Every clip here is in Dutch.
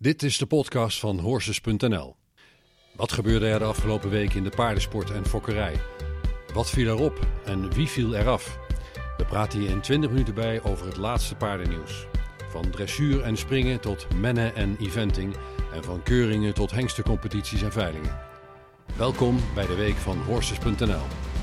Dit is de podcast van Horses.nl. Wat gebeurde er de afgelopen week in de paardensport en fokkerij? Wat viel erop en wie viel eraf? We praten hier in 20 minuten bij over het laatste paardennieuws. Van dressuur en springen tot mennen en eventing en van keuringen tot hengstencompetities en veilingen. Welkom bij de week van Horses.nl.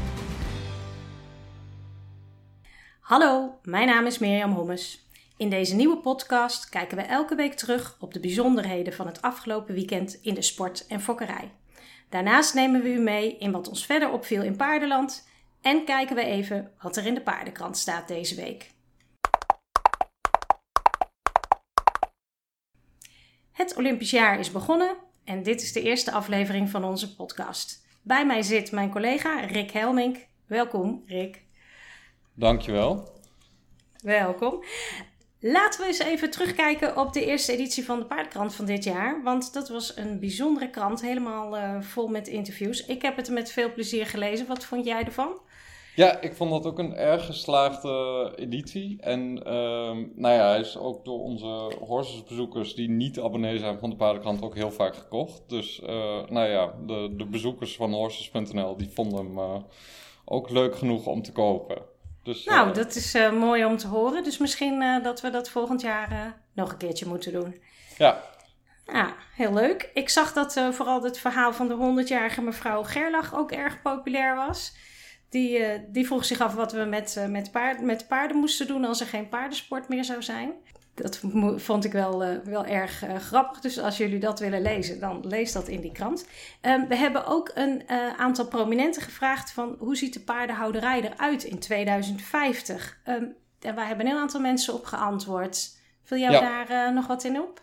Hallo, mijn naam is Mirjam Hommes. In deze nieuwe podcast kijken we elke week terug op de bijzonderheden van het afgelopen weekend in de sport en fokkerij. Daarnaast nemen we u mee in wat ons verder opviel in paardenland en kijken we even wat er in de paardenkrant staat deze week. Het Olympisch jaar is begonnen en dit is de eerste aflevering van onze podcast. Bij mij zit mijn collega Rick Helmink. Welkom, Rick. Dankjewel. Welkom. Laten we eens even terugkijken op de eerste editie van de paardenkrant van dit jaar. Want dat was een bijzondere krant, helemaal vol met interviews. Ik heb het met veel plezier gelezen. Wat vond jij ervan? Ja, ik vond dat ook een erg geslaagde editie. En hij is ook door onze Horses-bezoekers die niet abonnee zijn van de paardenkrant ook heel vaak gekocht. Dus de bezoekers van Horses.nl die vonden hem ook leuk genoeg om te kopen. Dus, dat is mooi om te horen. Dus misschien dat we dat volgend jaar nog een keertje moeten doen. Ja. Ja, heel leuk. Ik zag dat vooral het verhaal van de 100-jarige mevrouw Gerlach ook erg populair was. Die vroeg zich af wat we met paarden moesten doen als er geen paardensport meer zou zijn. Dat vond ik wel erg grappig. Dus als jullie dat willen lezen, dan lees dat in die krant. We hebben ook een aantal prominenten gevraagd van hoe ziet de paardenhouderij eruit in 2050? En wij hebben een heel aantal mensen op geantwoord. Viel jou daar nog wat in op?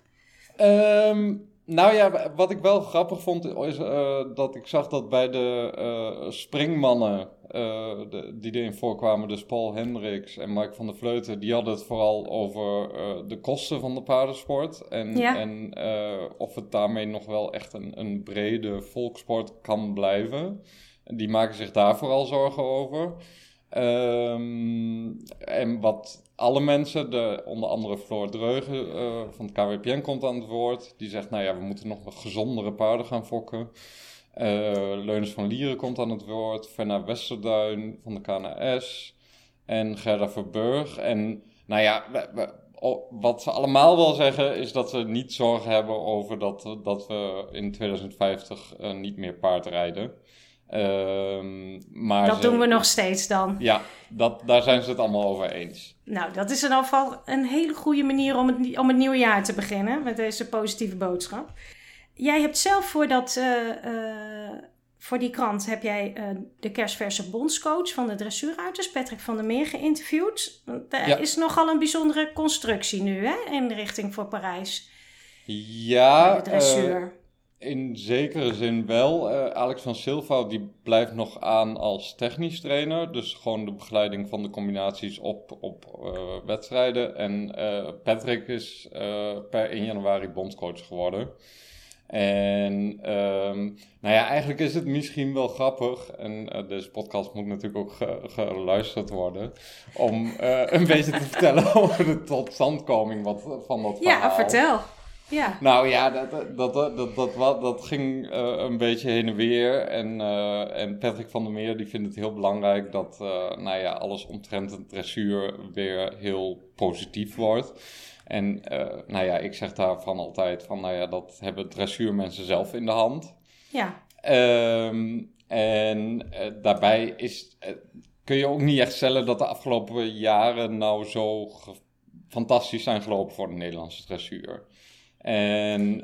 Wat ik wel grappig vond is dat ik zag dat bij de springmannen die erin voorkwamen, dus Paul Hendricks en Mike van der Vleuten, die hadden het vooral over de kosten van de paardensport. En of het daarmee nog wel echt een brede volkssport kan blijven. Die maken zich daar vooral zorgen over. En wat alle mensen, onder andere Floor Dreugen van het KWPN komt aan het woord. Die zegt, we moeten nog wat gezondere paarden gaan fokken. Leunens van Lieren komt aan het woord. Fenna Westerduin van de KNS. En Gerda Verburg. En wat ze allemaal wel zeggen is dat ze niet zorgen hebben over dat we in 2050 niet meer paardrijden. Maar dat doen we nog steeds dan. Ja, daar zijn ze het allemaal over eens. Nou, dat is in ieder geval een hele goede manier om het nieuwe jaar te beginnen. Met deze positieve boodschap. Jij hebt zelf voor die krant heb jij de kerstverse bondscoach van de dressuurruiters, Patrick van der Meer, geïnterviewd. Er is nogal een bijzondere constructie nu, hè, in de richting voor Parijs. Ja, de dressuur. In zekere zin wel. Alex van Silva die blijft nog aan als technisch trainer. Dus gewoon de begeleiding van de combinaties op wedstrijden. En Patrick is per 1 januari bondscoach geworden. En eigenlijk is het misschien wel grappig. En deze podcast moet natuurlijk ook geluisterd worden. Om een beetje te vertellen over de totstandkoming van dat verhaal. Ja, vertel. Ja. Nou ja, dat ging een beetje heen en weer. En Patrick van der Meer die vindt het heel belangrijk dat alles omtrent de dressuur weer heel positief wordt. En ik zeg daarvan altijd van dat hebben dressuurmensen zelf in de hand. Ja. Daarbij kun je ook niet echt stellen dat de afgelopen jaren nou zo fantastisch zijn gelopen voor de Nederlandse dressuur. En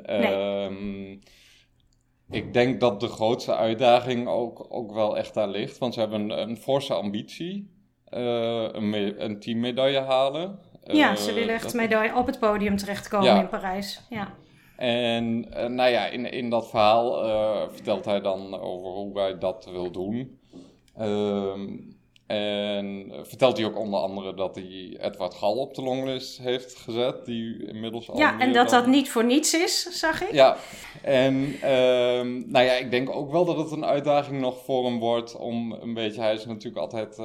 ik denk dat de grootste uitdaging ook wel echt daar ligt. Want ze hebben een forse ambitie. Een teammedaille halen. Ze willen echt medaille op het podium terechtkomen in Parijs. Ja. En in dat verhaal vertelt hij dan over hoe hij dat wil doen. En vertelt hij ook onder andere dat hij Edward Gal op de longlist heeft gezet. Die inmiddels al en dat niet voor niets is, zag ik. Ja, en ik denk ook wel dat het een uitdaging nog voor hem wordt om een beetje... Hij is natuurlijk altijd...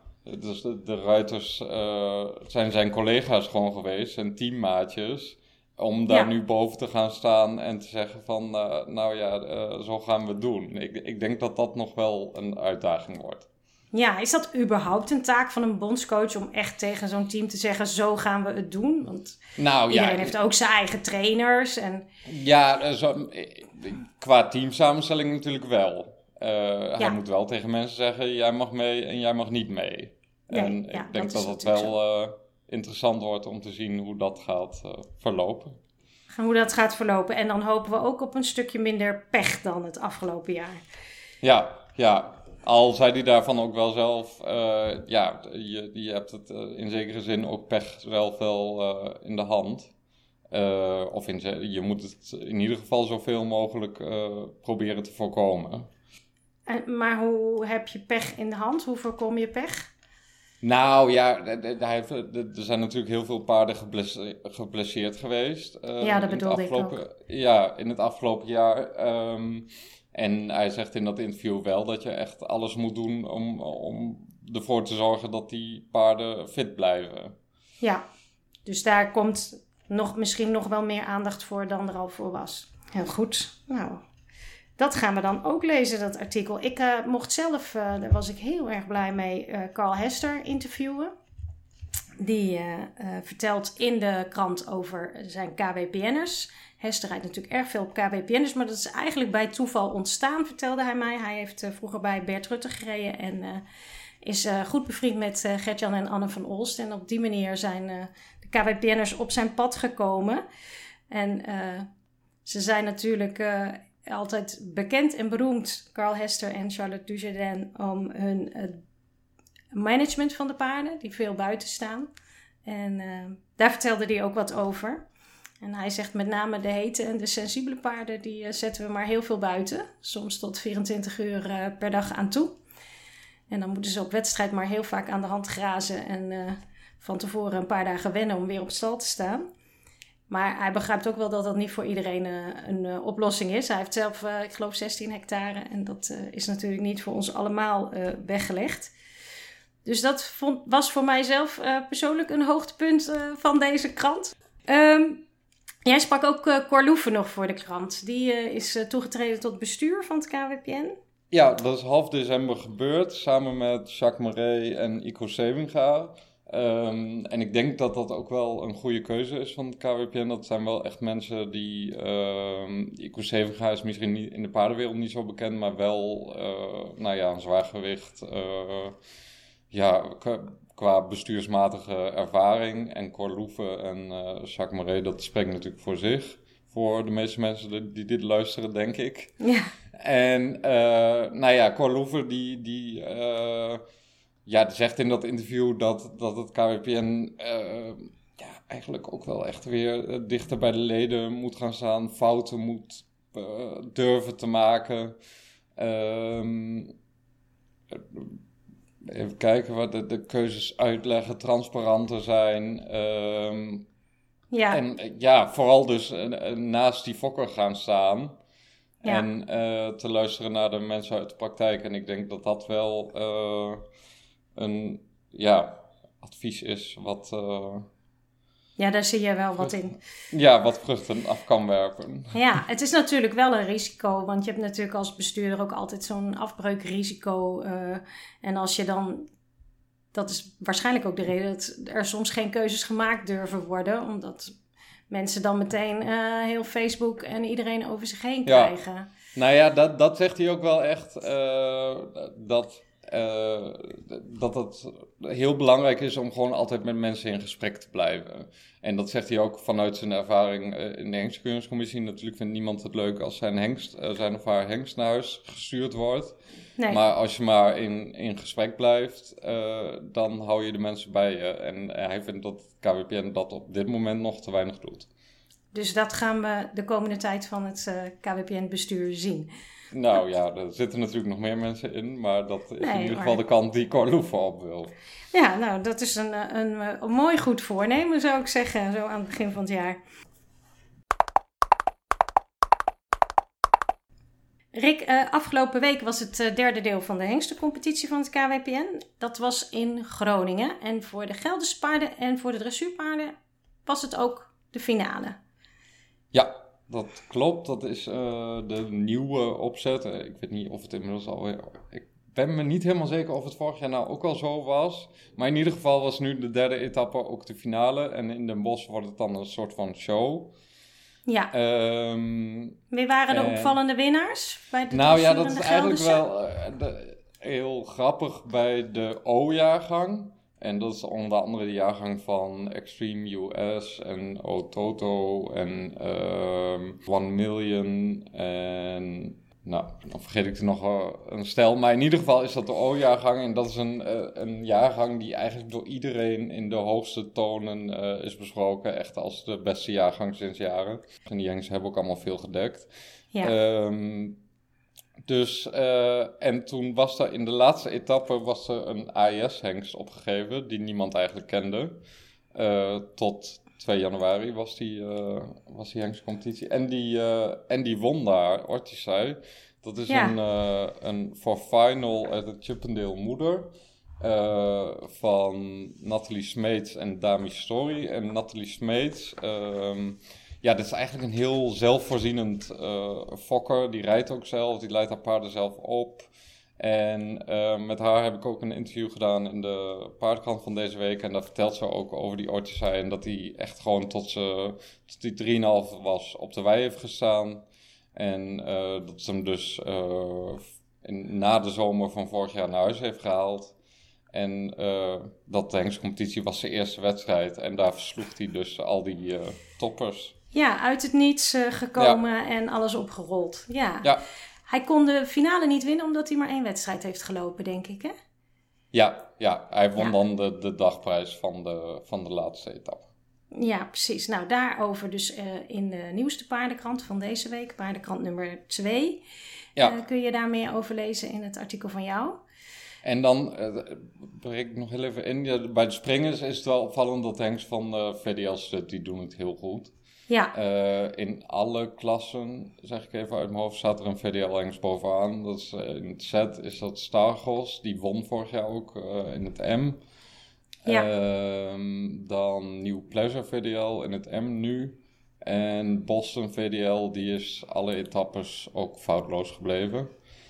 dus de ruiters zijn zijn collega's gewoon geweest, zijn teammaatjes. om daar nu boven te gaan staan en te zeggen van, zo gaan we het doen. Ik denk dat dat nog wel een uitdaging wordt. Ja, is dat überhaupt een taak van een bondscoach om echt tegen zo'n team te zeggen, zo gaan we het doen? Want iedereen heeft ook zijn eigen trainers. Ja, qua teamsamenstelling natuurlijk wel. Hij moet wel tegen mensen zeggen, jij mag mee en jij mag niet mee. En ik denk dat het wel interessant wordt om te zien hoe dat gaat verlopen. Hoe dat gaat verlopen. En dan hopen we ook op een stukje minder pech dan het afgelopen jaar. Ja. Al zei hij daarvan ook wel zelf, je hebt het in zekere zin ook pech zelf wel in de hand. Je moet het in ieder geval zoveel mogelijk proberen te voorkomen. Maar hoe heb je pech in de hand? Hoe voorkom je pech? Nou ja, er zijn natuurlijk heel veel paarden geblesseerd geweest. Dat bedoelde ik ook. Ja, in het afgelopen jaar. En hij zegt in dat interview wel dat je echt alles moet doen om ervoor te zorgen dat die paarden fit blijven. Ja, dus daar komt misschien nog wel meer aandacht voor dan er al voor was. Heel goed. Nou, dat gaan we dan ook lezen, dat artikel. Ik mocht zelf, daar was ik heel erg blij mee, Carl Hester interviewen. Die vertelt in de krant over zijn KWPN'ers. Hester rijdt natuurlijk erg veel op KWPN'ers, maar dat is eigenlijk bij toeval ontstaan, vertelde hij mij. Hij heeft vroeger bij Bert Rutte gereden en is goed bevriend met Gert-Jan en Anne van Olst. En op die manier zijn de KWPN'ers op zijn pad gekomen. En ze zijn natuurlijk altijd bekend en beroemd, Carl Hester en Charlotte Dujardin, om hun management van de paarden, die veel buiten staan. En daar vertelde hij ook wat over. En hij zegt met name de hete en de sensibele paarden, die zetten we maar heel veel buiten. Soms tot 24 uur per dag aan toe. En dan moeten ze op wedstrijd maar heel vaak aan de hand grazen en van tevoren een paar dagen wennen om weer op stal te staan. Maar hij begrijpt ook wel dat dat niet voor iedereen een oplossing is. Hij heeft zelf, ik geloof, 16 hectare en dat is natuurlijk niet voor ons allemaal weggelegd. Dus dat was voor mijzelf persoonlijk een hoogtepunt van deze krant. Jij sprak ook Cor Loeven nog voor de krant. Die is toegetreden tot bestuur van het KWPN. Ja, dat is half december gebeurd, samen met Jacques Marais en Ico Sevinga. En ik denk dat dat ook wel een goede keuze is van het KWPN. Dat zijn wel echt mensen die... Ico Sevinga is misschien niet in de paardenwereld niet zo bekend, maar wel een zwaar gewicht... qua bestuursmatige ervaring. En Cor Loeven en Jacques Marais, dat spreekt natuurlijk voor zich. Voor de meeste mensen die dit luisteren, denk ik. Ja. En Cor Loeven die zegt in dat interview dat het KWPN eigenlijk ook wel echt weer dichter bij de leden moet gaan staan. Fouten moet durven te maken. Even kijken wat de keuzes uitleggen, transparanter zijn. En vooral dus naast die fokker gaan staan. Ja. En te luisteren naar de mensen uit de praktijk. En ik denk dat dat wel een advies is wat... daar zie je wel wat in. Ja, wat vruchten af kan werpen. Ja, het is natuurlijk wel een risico. Want je hebt natuurlijk als bestuurder ook altijd zo'n afbreukrisico. En als je dan... Dat is waarschijnlijk ook de reden dat er soms geen keuzes gemaakt durven worden. Omdat mensen dan meteen heel Facebook en iedereen over zich heen krijgen. Nou ja, dat zegt hij ook wel echt. Dat het heel belangrijk is om gewoon altijd met mensen in gesprek te blijven. En dat zegt hij ook vanuit zijn ervaring in de hengstkeuringscommissie. Natuurlijk vindt niemand het leuk als zijn of haar hengst naar huis gestuurd wordt. Nee. Maar als je maar in gesprek blijft, dan hou je de mensen bij je. En hij vindt dat het KWPN dat op dit moment nog te weinig doet. Dus dat gaan we de komende tijd van het KWPN-bestuur zien. Nou ja, er zitten natuurlijk nog meer mensen in, maar dat is in ieder geval de kant die Cor Loeven op wil. Ja, nou, dat is een mooi goed voornemen, zou ik zeggen, zo aan het begin van het jaar. Rick, afgelopen week was het derde deel van de hengstencompetitie van het KWPN. Dat was in Groningen. En voor de Gelderse paarden en voor de dressuurpaarden was het ook de finale. Ja, dat klopt. Dat is de nieuwe opzet. Ik weet niet of het inmiddels alweer... Ik ben me niet helemaal zeker of het vorig jaar nou ook al zo was. Maar in ieder geval was nu de derde etappe ook de finale. En in Den Bosch wordt het dan een soort van show. Ja. Wie waren de opvallende winnaars bij de Nou ja, dat is eigenlijk wel heel grappig bij de O-jaargang. En dat is onder andere de jaargang van Extreme US en O-Toto en 1 Million en... Nou, dan vergeet ik er nog een stel. Maar in ieder geval is dat de O-jaargang. En dat is een jaargang die eigenlijk door iedereen in de hoogste tonen is besproken. Echt als de beste jaargang sinds jaren. En die Hengsten hebben ook allemaal veel gedekt. Ja. En toen was er in de laatste etappe was er een AES-hengst opgegeven. Die niemand eigenlijk kende. Tot 2 januari was die hengstcompetitie. En die won daar, Ortisei. Dat is een voor final uit de Chippendale moeder. Van Nathalie Smeets en Dami Story. En Nathalie Smeets... dit is eigenlijk een heel zelfvoorzienend fokker. Die rijdt ook zelf, die leidt haar paarden zelf op. En met haar heb ik ook een interview gedaan in de paardkrant van deze week. En daar vertelt ze ook over die Ortisei. En dat hij echt gewoon tot die 3,5 was op de wei heeft gestaan. En dat ze hem dus na de zomer van vorig jaar naar huis heeft gehaald. En dat de hengstcompetitie was zijn eerste wedstrijd. En daar versloeg hij dus al die toppers. Ja, uit het niets gekomen en alles opgerold. Ja. Hij kon de finale niet winnen omdat hij maar 1 wedstrijd heeft gelopen, denk ik, hè? Ja. Hij won dan de dagprijs van de laatste etappe. Ja, precies. Nou, daarover dus in de nieuwste paardenkrant van deze week, paardenkrant nummer 2. Kun je daar meer over lezen in het artikel van jou. En dan breek ik nog heel even in. Ja, bij de springers is het wel opvallend dat de hengst van VDL Stud, die doen het heel goed. Ja. In alle klassen, zeg ik even uit mijn hoofd, staat er een VDL-hengst bovenaan. Dat is, in het Z is dat Stargos, die won vorig jaar ook in het M. Ja. Dan New Pleasure VDL in het M nu. En Boston VDL, die is alle etappes ook foutloos gebleven.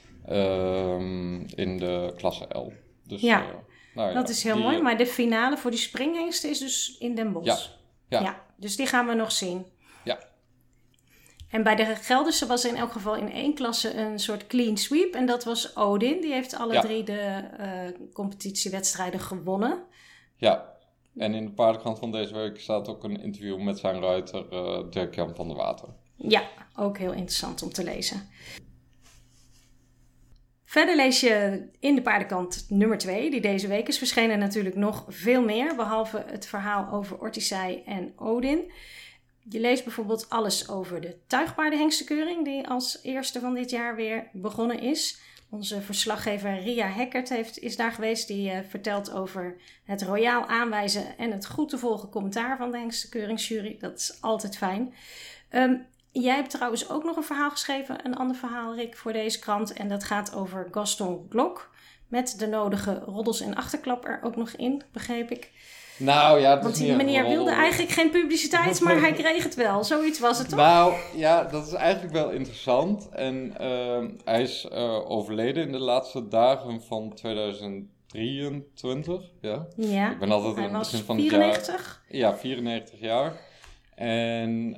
In de klasse L. Dus, dat is heel mooi. Maar de finale voor die springhengsten is dus in Den Bosch. Ja, dus die gaan we nog zien. Ja. En bij de Gelderse was er in elk geval in 1 klasse een soort clean sweep. En dat was Odin. Die heeft alle 3 de competitiewedstrijden gewonnen. Ja, en in de paardenkrant van deze week staat ook een interview met zijn ruiter Dirk-Jan van der Water. Ja, ook heel interessant om te lezen. Verder lees je in de paardenkrant nummer 2, die deze week is verschenen, natuurlijk nog veel meer. Behalve het verhaal over Ortisei en Odin. Je leest bijvoorbeeld alles over de tuigpaardenhengstenkeuring, die als eerste van dit jaar weer begonnen is. Onze verslaggever Ria Hekkert is daar geweest. Die vertelt over het royaal aanwijzen en het goed te volgen commentaar van de hengstenkeuringsjury. Dat is altijd fijn. Jij hebt trouwens ook nog een verhaal geschreven, een ander verhaal, Rick, voor deze krant. En dat gaat over Gaston Glok. Met de nodige roddels en achterklap er ook nog in, begreep ik. Nou ja, want die meneer wilde eigenlijk geen publiciteit, maar hij kreeg het wel. Zoiets was het toch? Nou ja, dat is eigenlijk wel interessant. En hij is overleden in de laatste dagen van 2023. Ja. Ik ben altijd hij in het was begin van 94? Het jaar. Ja, 94 jaar. En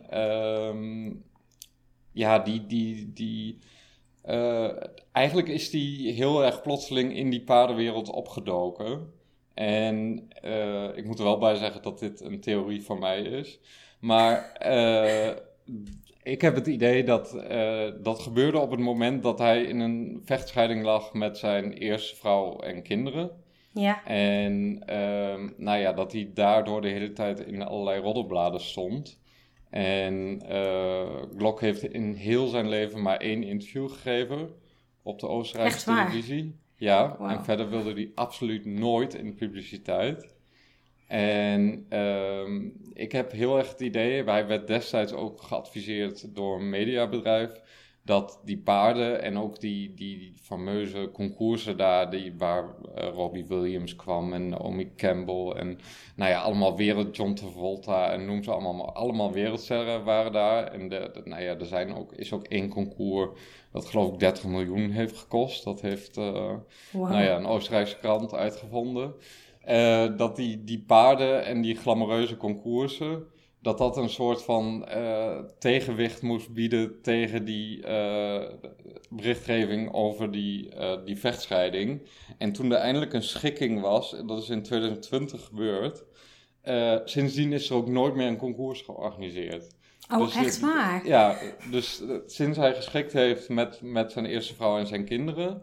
eigenlijk is die heel erg plotseling in die paardenwereld opgedoken. En ik moet er wel bij zeggen dat dit een theorie van mij is. Maar ik heb het idee dat gebeurde op het moment dat hij in een vechtscheiding lag met zijn eerste vrouw en kinderen. Ja. En dat hij daardoor de hele tijd in allerlei roddelbladen stond. En Glok heeft in heel zijn leven maar 1 interview gegeven op de Oostenrijkse televisie. Ja, wow. En verder wilde hij absoluut nooit in de publiciteit. En ik heb heel erg het idee, hij werd destijds ook geadviseerd door een mediabedrijf, dat die paarden en ook die fameuze concoursen daar, waar Robbie Williams kwam en Naomi Campbell en allemaal John Travolta en noem ze allemaal wereldsterren waren daar. En is ook één concours dat geloof ik 30 miljoen heeft gekost. Dat heeft een Oostenrijkse krant uitgevonden. Dat die paarden en die glamoureuze concoursen, dat een soort van tegenwicht moest bieden tegen die berichtgeving over die vechtscheiding. En toen er eindelijk een schikking was, dat is in 2020 gebeurd, sindsdien is er ook nooit meer een concours georganiseerd. Oh, dus echt waar? Ja, dus sinds hij geschikt heeft met zijn eerste vrouw en zijn kinderen,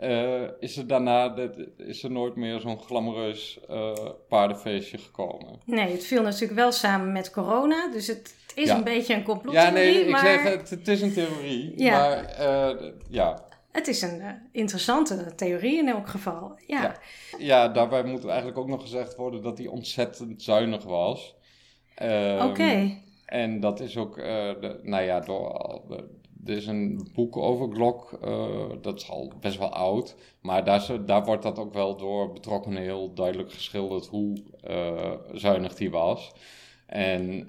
is er nooit meer zo'n glamoureus paardenfeestje gekomen. Nee, het viel natuurlijk wel samen met corona, dus het is een beetje een complottheorie. Ja, nee, ik zeg het is een theorie, maar Het is een interessante theorie in elk geval, Ja, daarbij moet eigenlijk ook nog gezegd worden dat hij ontzettend zuinig was. Oké. En dat is ook, er is een boek over Glock, dat is al best wel oud. Maar daar wordt dat ook wel door betrokkenen heel duidelijk geschilderd hoe zuinig hij was. En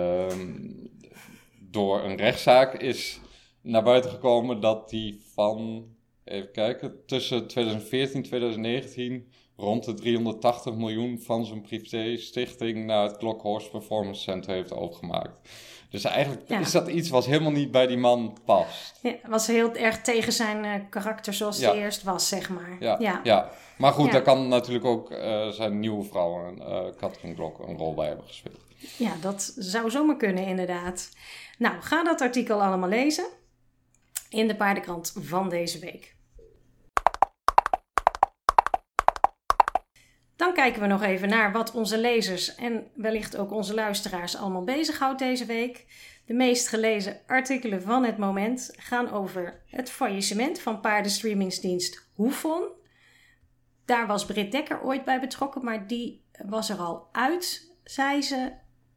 door een rechtszaak is naar buiten gekomen dat hij van, even kijken, tussen 2014 en 2019 rond de 380 miljoen van zijn privé-stichting naar het Glock Horse Performance Center heeft overgemaakt. Dus eigenlijk is dat iets wat helemaal niet bij die man past. Ja, was heel erg tegen zijn karakter zoals hij eerst was, zeg maar. Ja. Maar goed, daar kan natuurlijk ook zijn nieuwe vrouw, Katrin Glock, een rol bij hebben gespeeld. Ja, dat zou zomaar kunnen, inderdaad. Nou, ga dat artikel allemaal lezen in de paardenkrant van deze week. Dan kijken we nog even naar wat onze lezers en wellicht ook onze luisteraars allemaal bezighoudt deze week. De meest gelezen artikelen van het moment gaan over het faillissement van paardenstreamingsdienst Hoefon. Daar was Britt Dekker ooit bij betrokken, maar die was er al uit, zei ze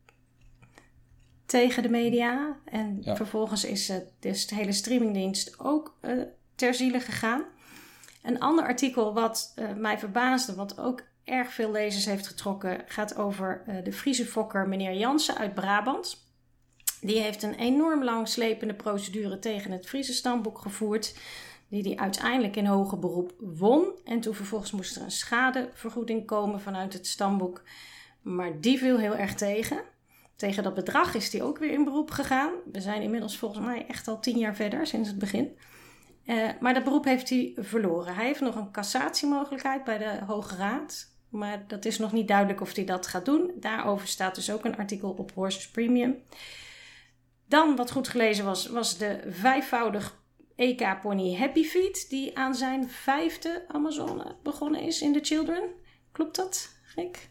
tegen de media. En vervolgens is dus de hele streamingdienst ook ter ziele gegaan. Een ander artikel wat mij verbaasde, wat ook erg veel lezers heeft getrokken, gaat over de Friese fokker meneer Jansen uit Brabant. Die heeft een enorm lang slepende procedure tegen het Friese stamboek gevoerd, die hij uiteindelijk in hoger beroep won. En toen vervolgens moest er een schadevergoeding komen vanuit het stamboek. Maar die viel heel erg tegen. Tegen dat bedrag is hij ook weer in beroep gegaan. We zijn inmiddels volgens mij echt al 10 jaar verder, sinds het begin. Maar dat beroep heeft hij verloren. Hij heeft nog een cassatiemogelijkheid bij de Hoge Raad. Maar dat is nog niet duidelijk of hij dat gaat doen. Daarover staat dus ook een artikel op Horses Premium. Dan, wat goed gelezen was de 5-voudig EK-pony Happy Feet, die aan zijn 5e Amazone begonnen is in The Children. Klopt dat, Rick?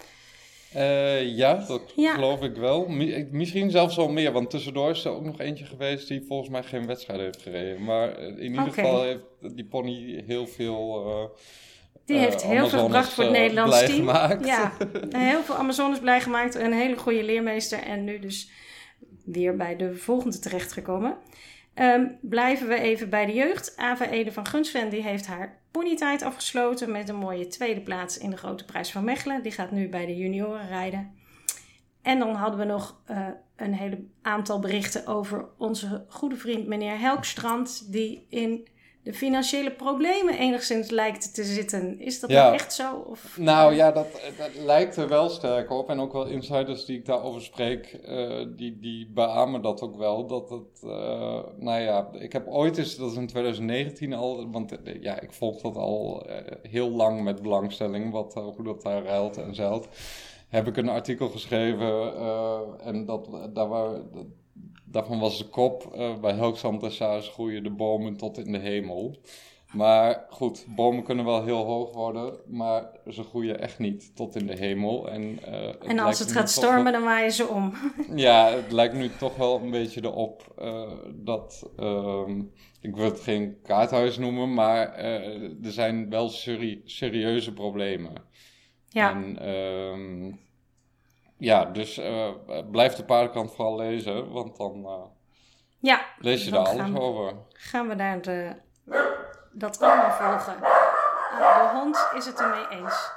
Ja, dat geloof ik wel. Misschien zelfs al meer, want tussendoor is er ook nog eentje geweest die volgens mij geen wedstrijd heeft gereden. Maar in ieder geval heeft die pony heel veel die heeft heel veel gebracht voor het Nederlands team. Gemaakt. Ja, heel veel Amazones blij gemaakt. Een hele goede leermeester en nu dus weer bij de volgende terechtgekomen. Blijven we even bij de jeugd. Ava Ede van Gunsven die heeft haar ponytijd afgesloten met een mooie 2e plaats in de Grote Prijs van Mechelen. Die gaat nu bij de junioren rijden. En dan hadden we nog een hele aantal berichten over onze goede vriend meneer Helkstrand, die in de financiële problemen enigszins lijkt te zitten. Is dat nou echt zo? Of? Nou ja, dat lijkt er wel sterk op. En ook wel insiders die ik daarover spreek, die beamen dat ook wel. Dat het, ik heb ooit eens, dat is in 2019 al, want ik volg dat al heel lang met belangstelling, hoe dat daar ruilt en zeilt. Heb ik een artikel geschreven en daarvan was de kop, bij Helkstrand en Saars groeien de bomen tot in de hemel. Maar goed, bomen kunnen wel heel hoog worden, maar ze groeien echt niet tot in de hemel. En als het gaat stormen, dan waaien ze om. Ja, het lijkt nu toch wel een beetje erop dat, ik wil het geen kaarthuis noemen, maar er zijn wel serieuze problemen. Ja. En dus blijf de paardenkrant vooral lezen, want dan Ja. Lees je daar alles over? Gaan we daar dat allemaal volgen. De hond is het ermee eens.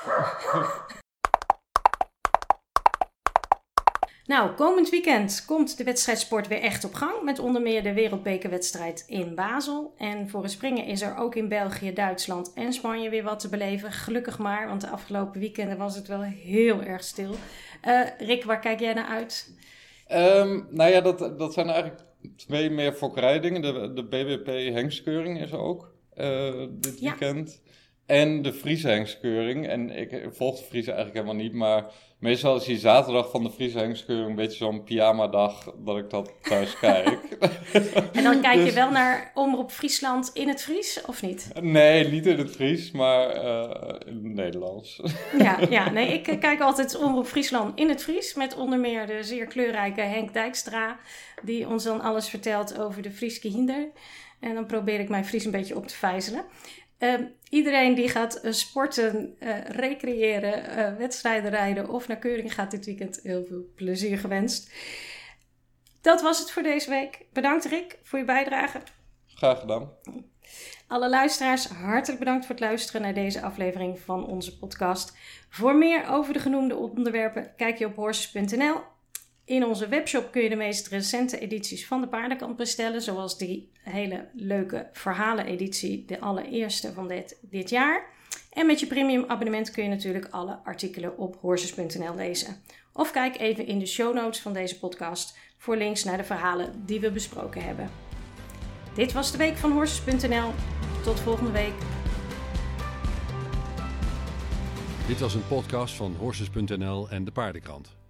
Nou, komend weekend komt de wedstrijdsport weer echt op gang. Met onder meer de wereldbekerwedstrijd in Basel. En voor het springen is er ook in België, Duitsland en Spanje weer wat te beleven. Gelukkig maar, want de afgelopen weekenden was het wel heel erg stil. Rick, waar kijk jij naar uit? Dat zijn eigenlijk 2 meer fokrijdingen. De BBP Hengskeuring is er ook dit weekend. En de Friese Hengskeuring. En ik volg de Friese eigenlijk helemaal niet, maar meestal is die zaterdag van de Friese Hengskeuring een beetje zo'n pyjama-dag dat ik dat thuis kijk. En dan kijk je wel naar Omroep Friesland in het Fries, of niet? Nee, niet in het Fries, maar in het Nederlands. Nee, ik kijk altijd Omroep Friesland in het Fries, met onder meer de zeer kleurrijke Henk Dijkstra, die ons dan alles vertelt over de Frieske hinder. En dan probeer ik mijn Fries een beetje op te vijzelen. Iedereen die gaat sporten, recreëren, wedstrijden rijden of naar Keuring gaat dit weekend heel veel plezier gewenst. Dat was het voor deze week. Bedankt Rick voor je bijdrage. Graag gedaan. Alle luisteraars, hartelijk bedankt voor het luisteren naar deze aflevering van onze podcast. Voor meer over de genoemde onderwerpen kijk je op horses.nl. In onze webshop kun je de meest recente edities van de Paardenkant bestellen, zoals die hele leuke verhalen-editie, de allereerste van dit jaar. En met je premium abonnement kun je natuurlijk alle artikelen op horses.nl lezen. Of kijk even in de show notes van deze podcast voor links naar de verhalen die we besproken hebben. Dit was de week van horses.nl. Tot volgende week. Dit was een podcast van horses.nl en de Paardenkrant.